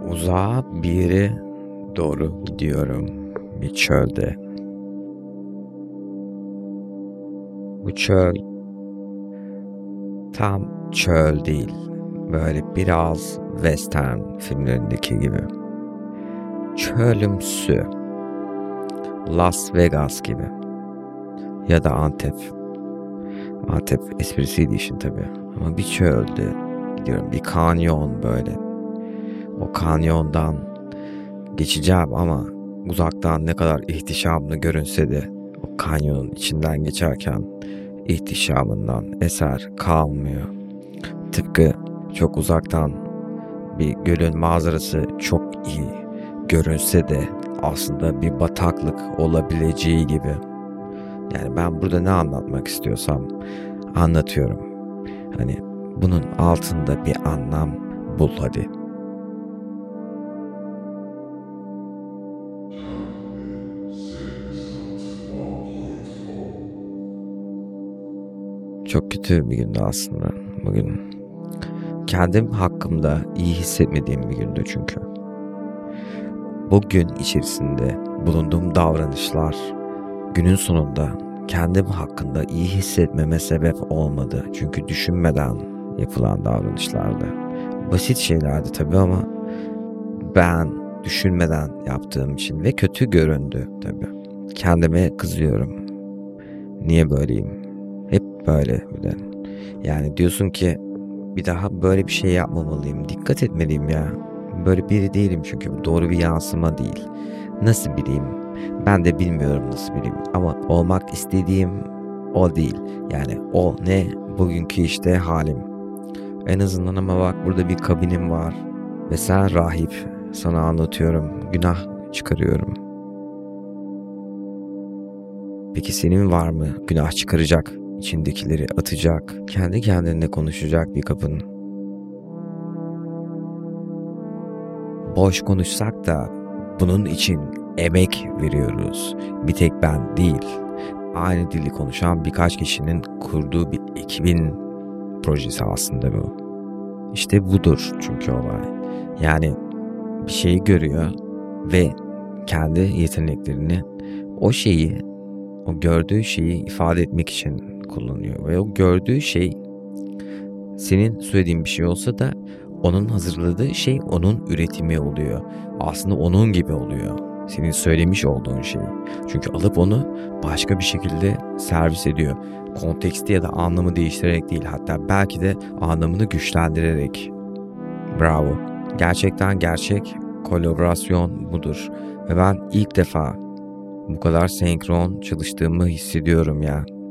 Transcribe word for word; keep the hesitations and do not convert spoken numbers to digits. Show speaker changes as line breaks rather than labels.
Uzağa bir yere doğru gidiyorum. Bir çölde. Bu çöl tam çöl değil. Böyle biraz western filmlerindeki gibi. Çölümsü. Las Vegas gibi. Ya da Antep. Antep esprisiydi işin tabii. Ama bir çölde gidiyorum. Bir kanyon böyle. O kanyondan geçeceğim ama uzaktan ne kadar ihtişamlı görünse de o kanyonun içinden geçerken ihtişamından eser kalmıyor. Tıpkı çok uzaktan bir gölün manzarası çok iyi görünse de aslında bir bataklık olabileceği gibi. Yani ben burada ne anlatmak istiyorsam anlatıyorum. Hani bunun altında bir anlam bul hadi. Çok kötü bir gündü aslında bugün. Kendim hakkımda iyi hissetmediğim bir gündü çünkü. Bugün içerisinde bulunduğum davranışlar günün sonunda kendim hakkında iyi hissetmeme sebep olmadı. Çünkü düşünmeden yapılan davranışlardı. Basit şeylerdi tabii ama ben düşünmeden yaptığım için ve kötü göründü tabii. Kendime kızıyorum. Niye böyleyim? Hep böyle bir de. Yani diyorsun ki bir daha böyle bir şey yapmamalıyım. Dikkat etmeliyim ya. Böyle biri değilim çünkü bu doğru bir yansıma değil. Nasıl biriyim? Ben de bilmiyorum nasıl biriyim. Ama olmak istediğim o değil. Yani o ne? Bugünkü işte halim. En azından ama bak burada bir kabinim var. Ve sen rahip. Sana anlatıyorum. Günah çıkarıyorum. Peki senin var mı günah çıkaracak, içindekileri atacak, kendi kendine konuşacak bir kapın? Boş konuşsak da bunun için emek veriyoruz. Bir tek ben değil, aynı dili konuşan birkaç kişinin kurduğu bir ekibin projesi aslında bu. İşte budur çünkü olay. Yani bir şeyi görüyor ve kendi yeteneklerini o şeyi O gördüğü şeyi ifade etmek için kullanıyor. Ve o gördüğü şey senin söylediğin bir şey olsa da onun hazırladığı şey onun üretimi oluyor. Aslında onun gibi oluyor. Senin söylemiş olduğun şey. Çünkü alıp onu başka bir şekilde servis ediyor. Konteksti ya da anlamı değiştirerek değil. Hatta belki de anlamını güçlendirerek. Bravo. Gerçekten gerçek kolaborasyon budur. Ve ben ilk defa bu kadar senkron çalıştığımı hissediyorum ya.